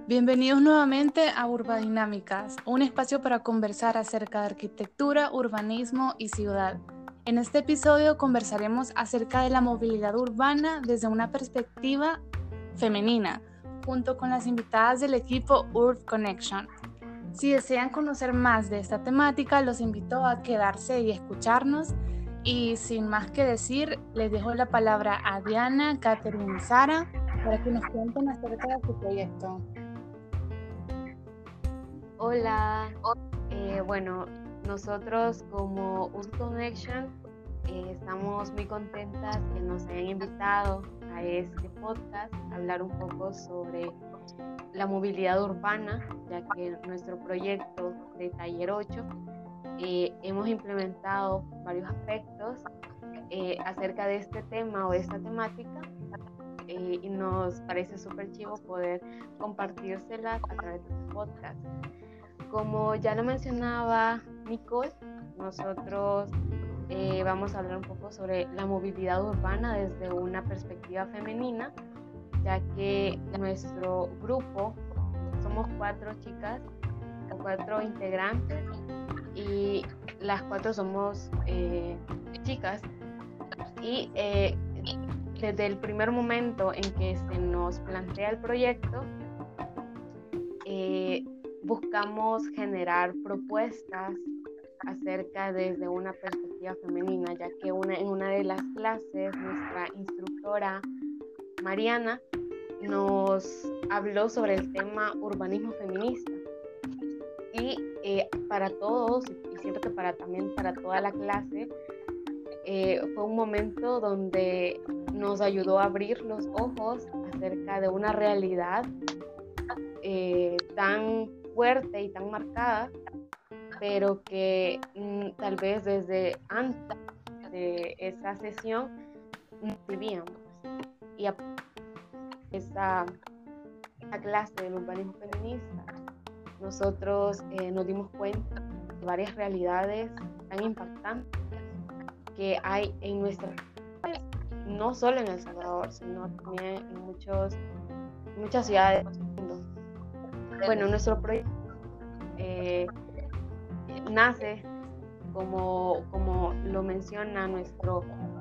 Bienvenidos nuevamente a Urbadinámicas, un espacio para conversar acerca de arquitectura, urbanismo y ciudad. En este episodio conversaremos acerca de la movilidad urbana desde una perspectiva femenina, junto con las invitadas del equipo Urb Connection. Si desean conocer más de esta temática, los invito a quedarse y escucharnos. Y sin más que decir, les dejo la palabra a Diana, Catherine y Sara para que nos cuenten acerca de su proyecto. Hola, bueno, nosotros como Urb Connection estamos muy contentas que nos hayan invitado a este podcast a hablar un poco sobre la movilidad urbana, ya que en nuestro proyecto de Taller 8 hemos implementado varios aspectos acerca de este tema o de esta temática y nos parece súper chivo poder compartírselas a través de este podcast. Como ya lo mencionaba Nicole, nosotros vamos a hablar un poco sobre la movilidad urbana desde una perspectiva femenina, ya que nuestro grupo somos 4 chicas o 4 integrantes y las 4 somos chicas y desde el primer momento en que se nos plantea el proyecto buscamos generar propuestas acerca desde una perspectiva femenina, ya que en una de las clases nuestra instructora Mariana nos habló sobre el tema urbanismo feminista y para todos, y siento que también para toda la clase, fue un momento donde nos ayudó a abrir los ojos acerca de una realidad tan fuerte y tan marcada, pero que tal vez desde antes de esa sesión no vivíamos. Y a esa clase del urbanismo feminista, nosotros nos dimos cuenta de varias realidades tan impactantes que hay en nuestras ciudades, no solo en El Salvador, sino también en muchas ciudades del mundo. Bueno, nuestro proyecto nace, como lo menciona nuestro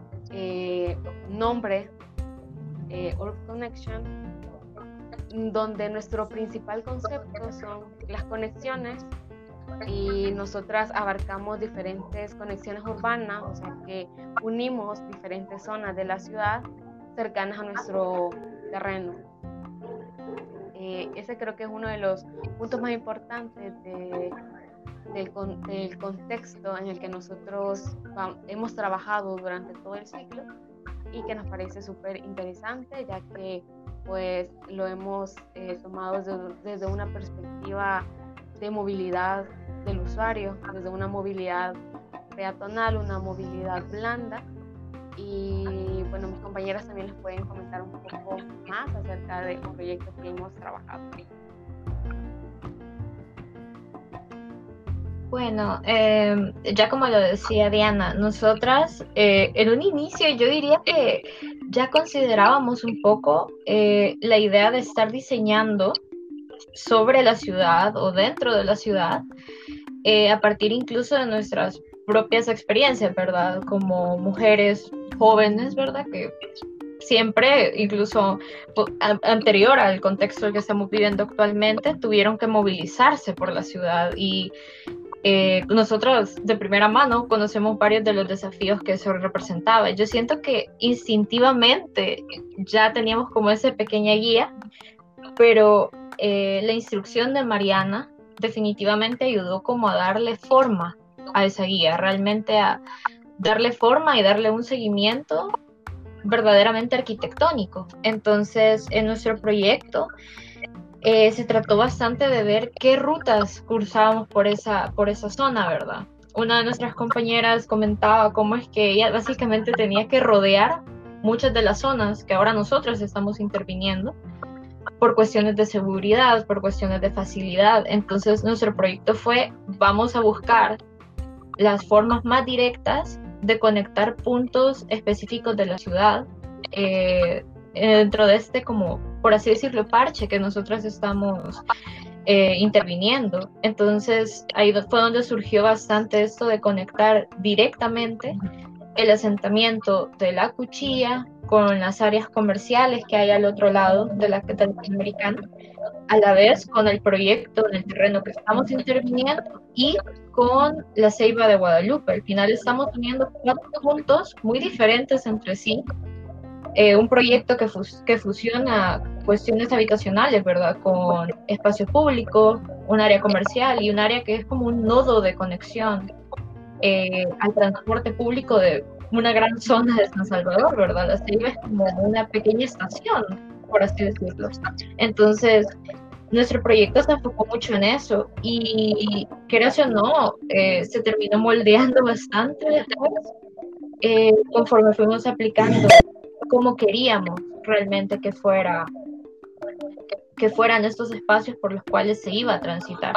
nombre, Urb Connection, donde nuestro principal concepto son las conexiones y nosotras abarcamos diferentes conexiones urbanas, o sea que unimos diferentes zonas de la ciudad cercanas a nuestro terreno. Ese creo que es uno de los puntos más importantes del contexto en el que nosotros hemos trabajado durante todo el ciclo y que nos parece súper interesante, ya que pues lo hemos tomado desde una perspectiva de movilidad del usuario, desde una movilidad peatonal, una movilidad blanda. Y bueno, mis compañeras también les pueden comentar un poco más acerca del proyecto que hemos trabajado. Bueno, ya como lo decía Diana, nosotras en un inicio yo diría que ya considerábamos un poco la idea de estar diseñando sobre la ciudad o dentro de la ciudad, a partir incluso de nuestras propias experiencias, ¿verdad? Como mujeres jóvenes, ¿verdad? Que siempre, incluso anterior al contexto en que estamos viviendo actualmente, tuvieron que movilizarse por la ciudad y nosotros de primera mano conocemos varios de los desafíos que eso representaba. Yo siento que instintivamente ya teníamos como esa pequeña guía, pero la instrucción de Mariana definitivamente ayudó como a darle forma a esa guía, realmente a darle forma y darle un seguimiento verdaderamente arquitectónico. Entonces, en nuestro proyecto se trató bastante de ver qué rutas cursábamos por esa zona, ¿verdad? Una de nuestras compañeras comentaba cómo es que ella básicamente tenía que rodear muchas de las zonas que ahora nosotros estamos interviniendo por cuestiones de seguridad, por cuestiones de facilidad. Entonces nuestro proyecto fue, vamos a buscar las formas más directas de conectar puntos específicos de la ciudad dentro de este como por así decirlo, parche que nosotros estamos interviniendo. Entonces ahí fue donde surgió bastante esto de conectar directamente el asentamiento de la Cuchilla con las áreas comerciales que hay al otro lado de la Latinoamericana, a la vez con el proyecto en el terreno que estamos interviniendo y con la Ceiba de Guadalupe. Al final estamos teniendo 4 puntos muy diferentes entre sí. Un proyecto que fusiona cuestiones habitacionales, ¿verdad? Con espacio público, un área comercial y un área que es como un nodo de conexión al transporte público de una gran zona de San Salvador, ¿verdad? La Ceiba es como una pequeña estación, por así decirlo. Entonces, nuestro proyecto se enfocó mucho en eso y, quieras o no, se terminó moldeando bastante después, conforme fuimos aplicando cómo queríamos realmente que fueran estos espacios por los cuales se iba a transitar.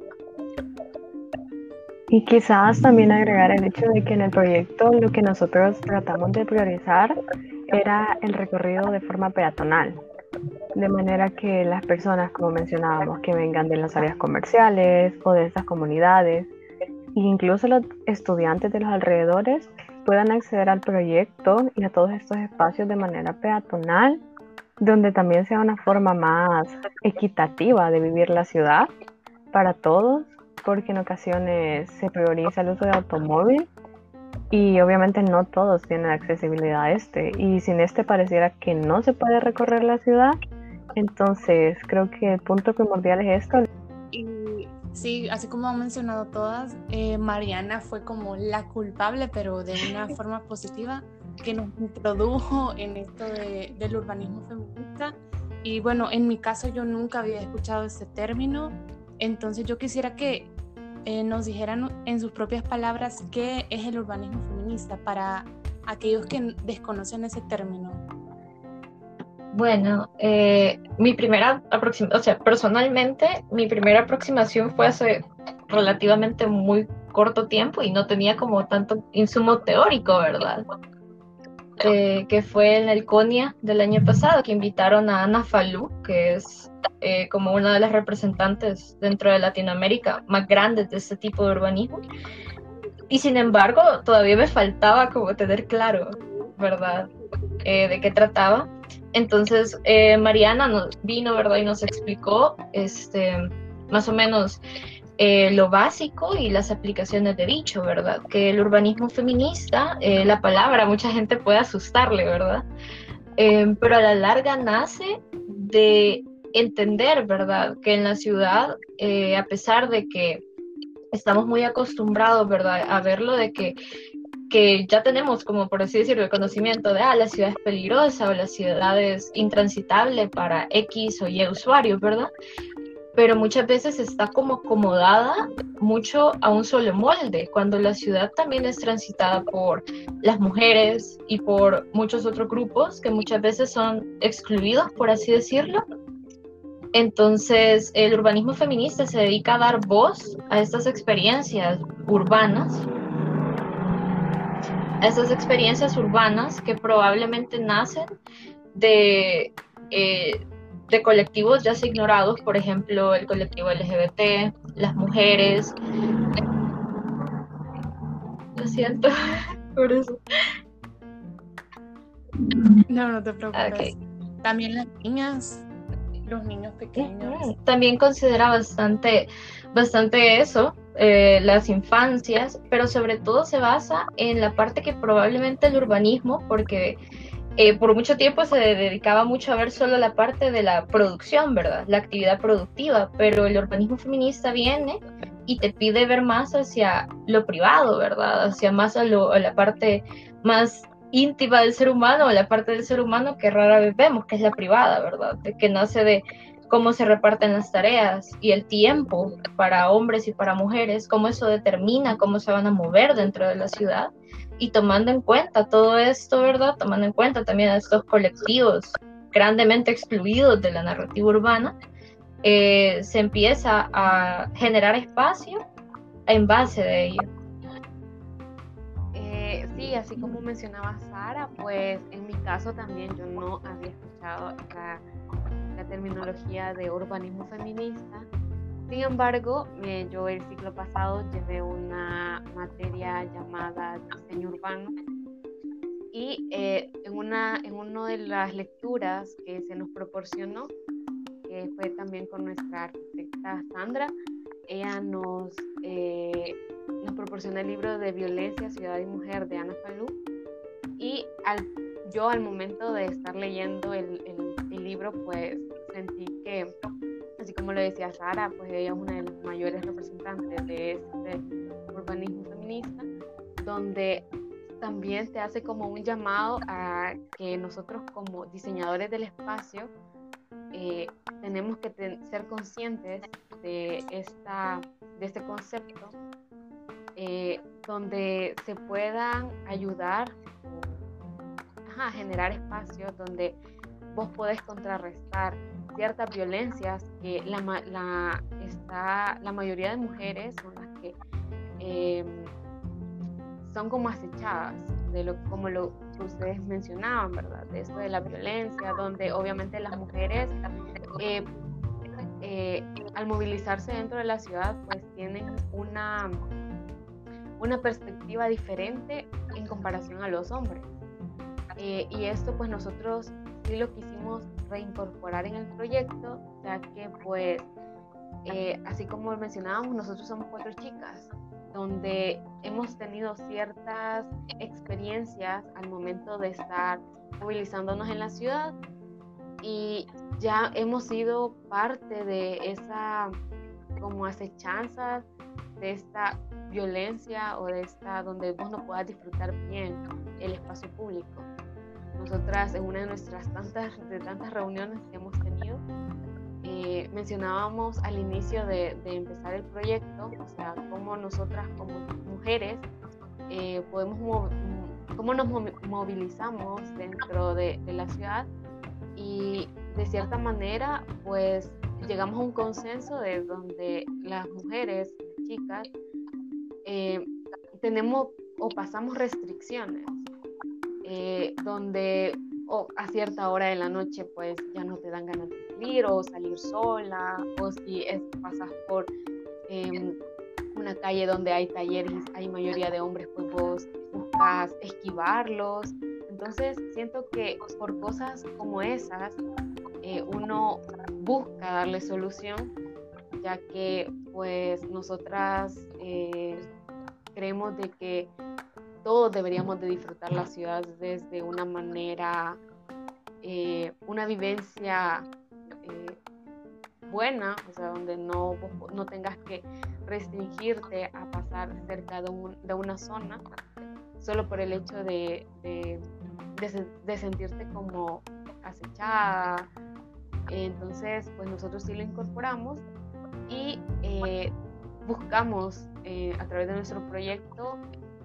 Y quizás también agregar el hecho de que en el proyecto lo que nosotros tratamos de priorizar era el recorrido de forma peatonal, de manera que las personas, como mencionábamos, que vengan de las áreas comerciales o de estas comunidades, e incluso los estudiantes de los alrededores, puedan acceder al proyecto y a todos estos espacios de manera peatonal, donde también sea una forma más equitativa de vivir la ciudad para todos, porque en ocasiones se prioriza el uso de automóvil y obviamente no todos tienen accesibilidad a este, y sin este pareciera que no se puede recorrer la ciudad. Entonces creo que el punto primordial es esto. Y sí, así como han mencionado todas, Mariana fue como la culpable, pero de una forma positiva, que nos introdujo en esto del urbanismo feminista. Y bueno, en mi caso yo nunca había escuchado este término, entonces yo quisiera que nos dijeran en sus propias palabras qué es el urbanismo feminista para aquellos que desconocen ese término. Bueno, personalmente, mi primera aproximación fue hace relativamente muy corto tiempo y no tenía como tanto insumo teórico, ¿verdad? Que fue en el CONIA del año pasado, que invitaron a Ana Falú, que es como una de las representantes dentro de Latinoamérica más grandes de este tipo de urbanismo. Y sin embargo, todavía me faltaba como tener claro, ¿verdad?, de qué trataba. Entonces, Mariana nos vino, ¿verdad?, y nos explicó más o menos lo básico y las aplicaciones de dicho, ¿verdad? Que el urbanismo feminista, la palabra, mucha gente puede asustarle, ¿verdad? Pero a la larga nace de entender, ¿verdad?, que en la ciudad, a pesar de que estamos muy acostumbrados, ¿verdad?, a verlo de que ya tenemos, como por así decirlo, el conocimiento de la ciudad es peligrosa o la ciudad es intransitable para X o Y usuarios, ¿verdad? Pero muchas veces está como acomodada mucho a un solo molde, cuando la ciudad también es transitada por las mujeres y por muchos otros grupos que muchas veces son excluidos, por así decirlo. Entonces, el urbanismo feminista se dedica a dar voz a estas experiencias urbanas, que probablemente nacen de colectivos ya ignorados, por ejemplo, el colectivo LGBT, las mujeres. Lo siento por eso. No te preocupes. Okay. También las niñas, los niños pequeños. También considera bastante eso, las infancias, pero sobre todo se basa en la parte que probablemente el urbanismo, porque por mucho tiempo se dedicaba mucho a ver solo la parte de la producción, ¿verdad?, la actividad productiva, pero el urbanismo feminista viene y te pide ver más hacia lo privado, ¿verdad?, hacia más a la parte más íntima del ser humano, o la parte del ser humano que rara vez vemos, que es la privada, ¿verdad?, de que nace de cómo se reparten las tareas y el tiempo para hombres y para mujeres, cómo eso determina cómo se van a mover dentro de la ciudad. Y tomando en cuenta todo esto, ¿verdad?, tomando en cuenta también a estos colectivos grandemente excluidos de la narrativa urbana, se empieza a generar espacio en base de ello. Sí, así como mencionaba Sara, pues en mi caso también yo no había escuchado la terminología de urbanismo feminista. Sin embargo, yo el ciclo pasado llevé una materia llamada diseño urbano y en una de las lecturas que se nos proporcionó, que fue también con nuestra arquitecta Sandra, ella nos proporcionó el libro de Violencia, Ciudad y Mujer de Ana Falú, y yo al momento de estar leyendo el libro, pues sentí que, así como lo decía Sara, pues ella es una de las mayores representantes de este urbanismo feminista, donde también te hace como un llamado a que nosotros como diseñadores del espacio tenemos que ser conscientes de este concepto, donde se puedan ayudar a generar espacios donde vos podés contrarrestar ciertas violencias que la mayoría de mujeres son las que son como acechadas, como lo que ustedes mencionaban, ¿verdad? De esto de la violencia, donde obviamente las mujeres al movilizarse dentro de la ciudad, pues tienen una perspectiva diferente en comparación a los hombres. Y esto pues nosotros sí lo quisimos reincorporar en el proyecto, ya que pues así como mencionábamos, nosotros somos 4 chicas, donde hemos tenido ciertas experiencias al momento de estar movilizándonos en la ciudad y ya hemos sido parte de esa como acechanza, de esta violencia o de esta donde vos no puedas disfrutar bien el espacio público. Nosotras en una de nuestras tantas reuniones que hemos tenido, mencionábamos al inicio de empezar el proyecto, o sea, cómo nosotras como mujeres cómo nos movilizamos dentro de la ciudad y de cierta manera pues llegamos a un consenso de donde las mujeres, chicas, tenemos o pasamos restricciones, donde a cierta hora de la noche pues ya no te dan ganas de salir o salir sola, o si pasas por una calle donde hay talleres y hay mayoría de hombres, pues vos buscas esquivarlos. Entonces siento que por cosas como esas uno busca darle solución, ya que pues nosotras creemos de que todos deberíamos de disfrutar la ciudad desde una manera, una vivencia buena, o sea, donde no tengas que restringirte a pasar cerca de una zona solo por el hecho de sentirte como acechada. Entonces, pues nosotros sí lo incorporamos y buscamos a través de nuestro proyecto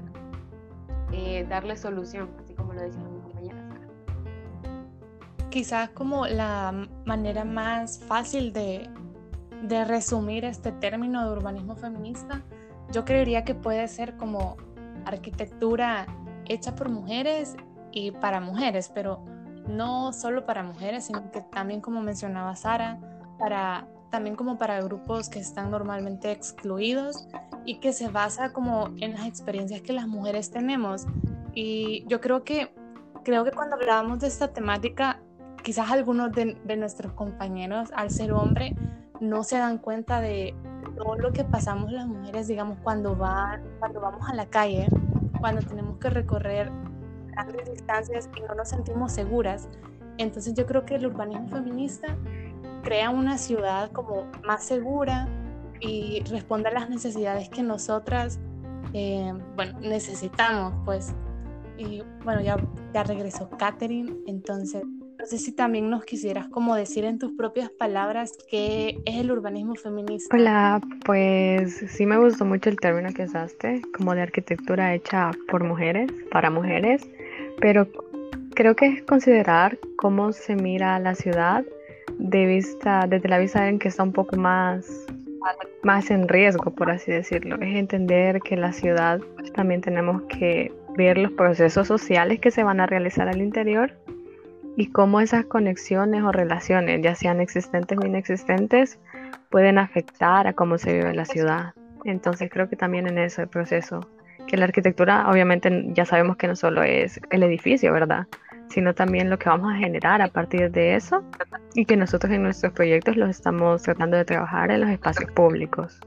darle solución, así como lo decía mi compañera Sara. Quizás como la manera más fácil de resumir este término de urbanismo feminista, yo creería que puede ser como arquitectura hecha por mujeres y para mujeres, pero no solo para mujeres, sino que también, como mencionaba Sara, también como para grupos que están normalmente excluidos y que se basa como en las experiencias que las mujeres tenemos. Y yo creo que cuando hablábamos de esta temática, quizás algunos de nuestros compañeros, al ser hombre, no se dan cuenta de todo lo que pasamos las mujeres, digamos, cuando vamos a la calle, cuando tenemos que recorrer grandes distancias y no nos sentimos seguras. Entonces yo creo que el urbanismo feminista crea una ciudad como más segura y responde a las necesidades que nosotras necesitamos, pues. Y bueno, ya regresó Catherine, entonces no sé si también nos quisieras como decir en tus propias palabras qué es el urbanismo feminista. Hola, pues sí me gustó mucho el término que usaste, como de arquitectura hecha por mujeres, para mujeres, pero creo que es considerar cómo se mira la ciudad desde la vista en que está un poco más en riesgo, por así decirlo. Es entender que la ciudad también tenemos que ver los procesos sociales que se van a realizar al interior y cómo esas conexiones o relaciones, ya sean existentes o inexistentes, pueden afectar a cómo se vive la ciudad. Entonces creo que también en ese proceso, que la arquitectura obviamente ya sabemos que no solo es el edificio, ¿verdad? Sino también lo que vamos a generar a partir de eso, y que nosotros en nuestros proyectos los estamos tratando de trabajar en los espacios públicos.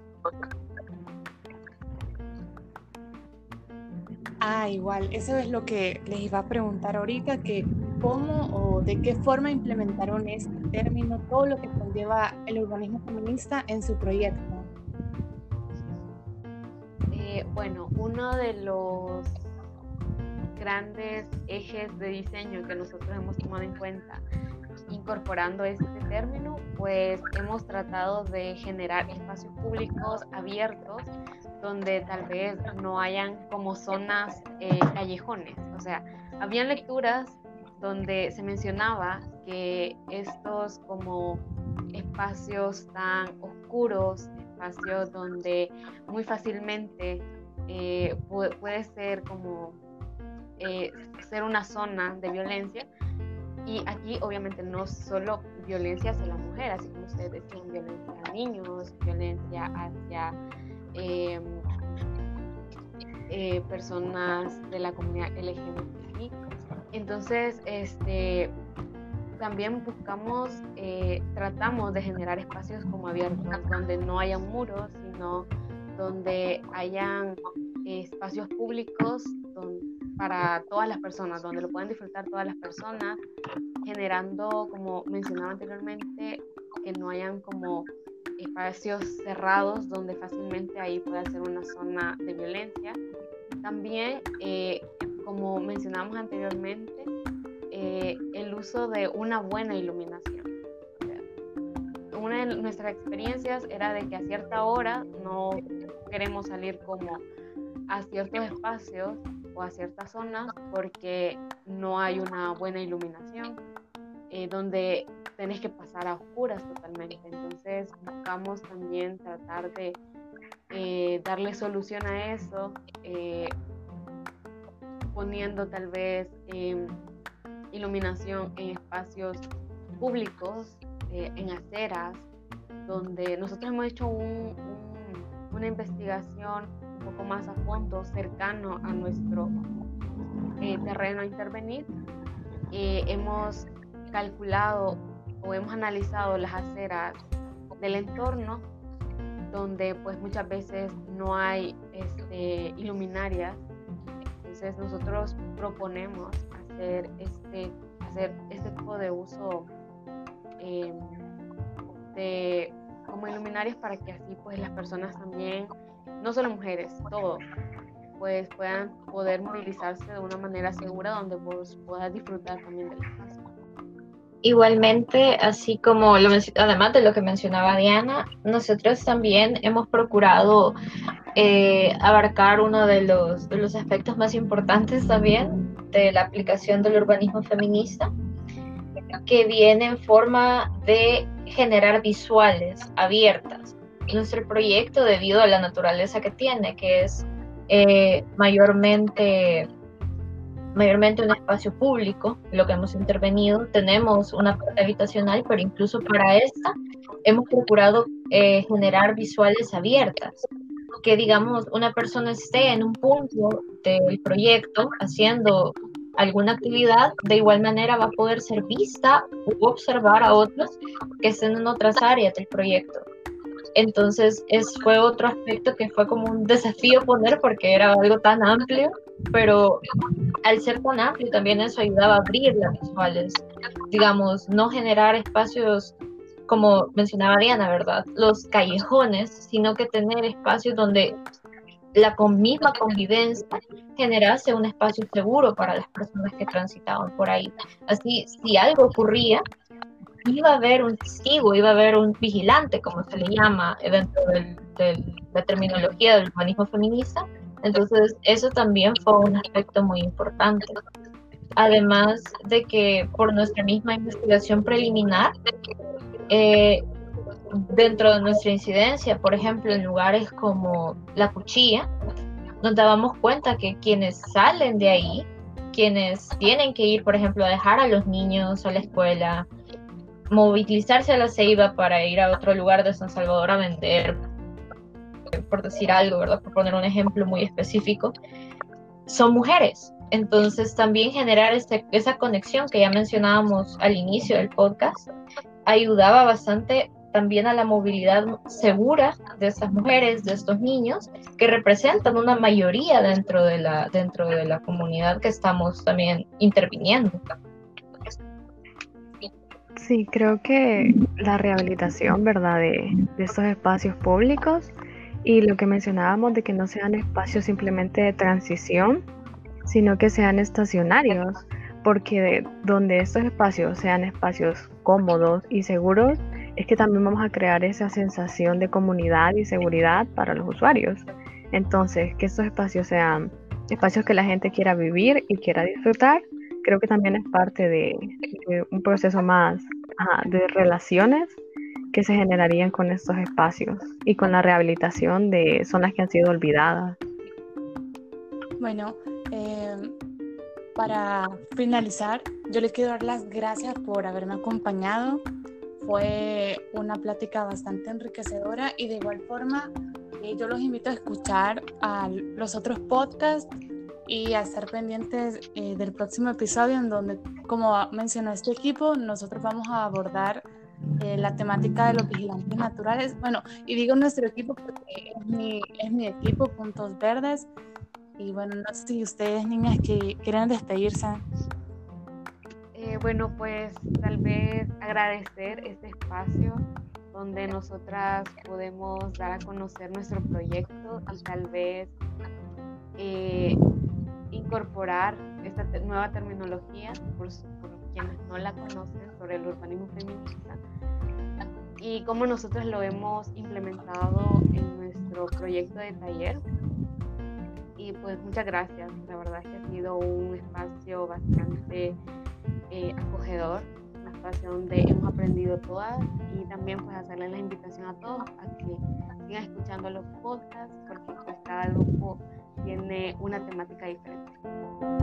Igual, eso es lo que les iba a preguntar ahorita, que cómo o de qué forma implementaron este término, todo lo que conlleva el urbanismo feminista en su proyecto. Bueno, uno de los grandes ejes de diseño que nosotros hemos tomado en cuenta incorporando este término, pues hemos tratado de generar espacios públicos abiertos donde tal vez no hayan como zonas callejones. O sea, habían lecturas donde se mencionaba que estos como espacios tan oscuros, espacios donde muy fácilmente puede ser como ser una zona de violencia. Y aquí obviamente no solo violencia hacia la mujer, así como ustedes decían, violencia a niños, violencia hacia personas de la comunidad LGBTI. Entonces, también tratamos de generar espacios como abiertos, donde no hayan muros, sino donde hayan espacios públicos para todas las personas, donde lo puedan disfrutar todas las personas, generando, como mencionaba anteriormente, que no hayan como espacios cerrados donde fácilmente ahí pueda ser una zona de violencia. También, como mencionamos anteriormente, el uso de una buena iluminación. Una de nuestras experiencias era de que a cierta hora no queremos salir como a ciertos espacios o a ciertas zonas porque no hay una buena iluminación, donde tenés que pasar a oscuras totalmente. Entonces buscamos también tratar de darle solución a eso, poniendo tal vez iluminación en espacios públicos, en aceras, donde nosotros hemos hecho una investigación un poco más a fondo, cercano a nuestro terreno a intervenir. Hemos calculado o hemos analizado las aceras del entorno, donde pues muchas veces no hay iluminarias. Entonces nosotros proponemos hacer este tipo de uso de como iluminarias, para que así pues las personas también, no solo mujeres, todos, pues puedan poder movilizarse de una manera segura, donde vos puedas disfrutar también del espacio. Igualmente, así como además de lo que mencionaba Diana, nosotros también hemos procurado abarcar uno de los aspectos más importantes también de la aplicación del urbanismo feminista, que viene en forma de generar visuales abiertas. Nuestro proyecto, debido a la naturaleza que tiene, que es mayormente un espacio público, lo que hemos intervenido, tenemos una parte habitacional, pero incluso para esta hemos procurado generar visuales abiertas, que digamos una persona esté en un punto del proyecto haciendo alguna actividad, de igual manera va a poder ser vista u observar a otros que estén en otras áreas del proyecto. Entonces fue otro aspecto que fue como un desafío poner, porque era algo tan amplio, pero al ser tan amplio también eso ayudaba a abrir las visuales, digamos, no generar espacios como mencionaba Diana, ¿verdad? Los callejones, sino que tener espacios donde la misma convivencia generase un espacio seguro para las personas que transitaban por ahí. Así, si algo ocurría, iba a haber un testigo, iba a haber un vigilante, como se le llama dentro de la terminología del urbanismo feminista. Entonces, eso también fue un aspecto muy importante. Además de que por nuestra misma investigación preliminar, dentro de nuestra incidencia, por ejemplo, en lugares como La Cuchilla, nos dábamos cuenta que quienes salen de ahí quienes tienen que ir, por ejemplo, a dejar a los niños a la escuela, movilizarse a la Ceiba para ir a otro lugar de San Salvador a vender, por decir algo, ¿verdad? Por poner un ejemplo muy específico, son mujeres. Entonces también generar esa conexión que ya mencionábamos al inicio del podcast ayudaba bastante también a la movilidad segura de estas mujeres, de estos niños, que representan una mayoría dentro de la comunidad que estamos también interviniendo. Sí, creo que la rehabilitación, ¿verdad?, de estos espacios públicos y lo que mencionábamos de que no sean espacios simplemente de transición, sino que sean estacionarios, porque donde estos espacios sean espacios cómodos y seguros, es que también vamos a crear esa sensación de comunidad y seguridad para los usuarios. Entonces, que estos espacios sean espacios que la gente quiera vivir y quiera disfrutar, creo que también es parte de un proceso más de relaciones que se generarían con estos espacios y con la rehabilitación de zonas que han sido olvidadas. Bueno, para finalizar, yo les quiero dar las gracias por haberme acompañado. Fue una plática bastante enriquecedora y de igual forma yo los invito a escuchar a los otros podcasts y a estar pendientes del próximo episodio en donde, como mencionó este equipo, nosotros vamos a abordar la temática de los vigilantes naturales. Bueno, y digo nuestro equipo porque es mi equipo, Puntos Verdes. Y bueno, no sé si ustedes, niñas, que quieren despedirse. Bueno, pues tal vez agradecer este espacio donde nosotras podemos dar a conocer nuestro proyecto y tal vez incorporar esta nueva terminología por quienes no la conocen sobre el urbanismo feminista y cómo nosotros lo hemos implementado en nuestro proyecto de taller. Y pues muchas gracias, la verdad es que ha sido un espacio bastante acogedor, un espacio donde hemos aprendido todas y también pues hacerle la invitación a todos a que sigan escuchando los podcasts porque pues cada grupo tiene una temática diferente.